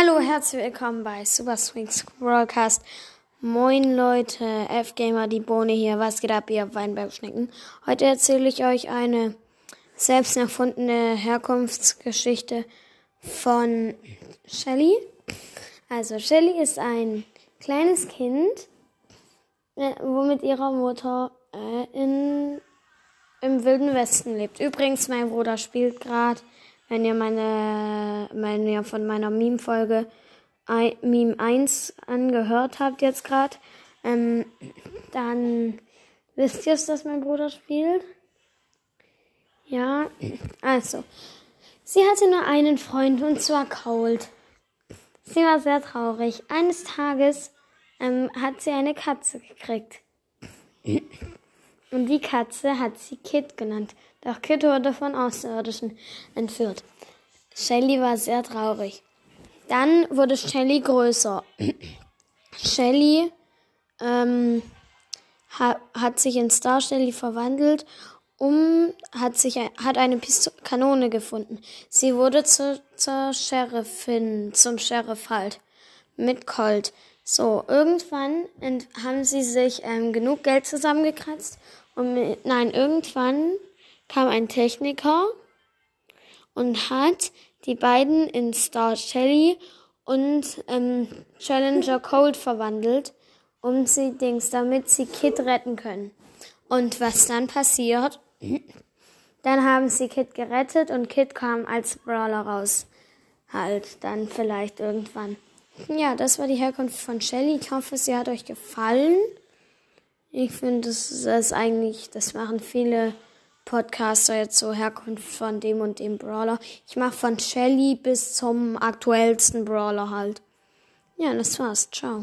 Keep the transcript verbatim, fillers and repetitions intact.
Hallo, herzlich willkommen bei Super Swings Broadcast. Moin Leute, F-Gamer, die Bohne hier. Was geht ab, ihr Weinbergschnecken? Heute erzähle ich euch eine selbst erfundene Herkunftsgeschichte von Shelly. Also Shelly ist ein kleines Kind, äh, wo mit ihrer Mutter äh, in, im Wilden Westen lebt. Übrigens, mein Bruder spielt gerade. Wenn ihr meine, wenn ihr von meiner Meme-Folge Meme eins angehört habt jetzt gerade, ähm, dann wisst ihr es, dass mein Bruder spielt. Ja, also, sie hatte nur einen Freund und zwar Cold. Sie war sehr traurig. Eines Tages ähm, hat sie eine Katze gekriegt. Und die Katze hat sie Kit genannt. Doch Kit wurde von Außerirdischen entführt. Shelly war sehr traurig. Dann wurde Shelly größer. Shelly ähm, ha, hat sich in Star Shelly verwandelt, um hat sich hat eine Pisto- Kanone gefunden. Sie wurde zu, zur Sheriffin, zum Sheriff halt, mit Colt. So, irgendwann ent- haben sie sich ähm, genug Geld zusammengekratzt und mit, nein, irgendwann kam ein Techniker und hat die beiden in Star Shelly und ähm, Challenger Cold verwandelt, um sie Dings, damit sie Kit retten können. Und was dann passiert? Dann haben sie Kit gerettet und Kit kam als Brawler raus. Halt, dann vielleicht irgendwann. Ja, das war die Herkunft von Shelly. Ich hoffe, sie hat euch gefallen. Ich finde, das ist eigentlich, das machen viele Podcaster jetzt so, Herkunft von dem und dem Brawler. Ich mache von Shelly bis zum aktuellsten Brawler halt. Ja, das war's. Ciao.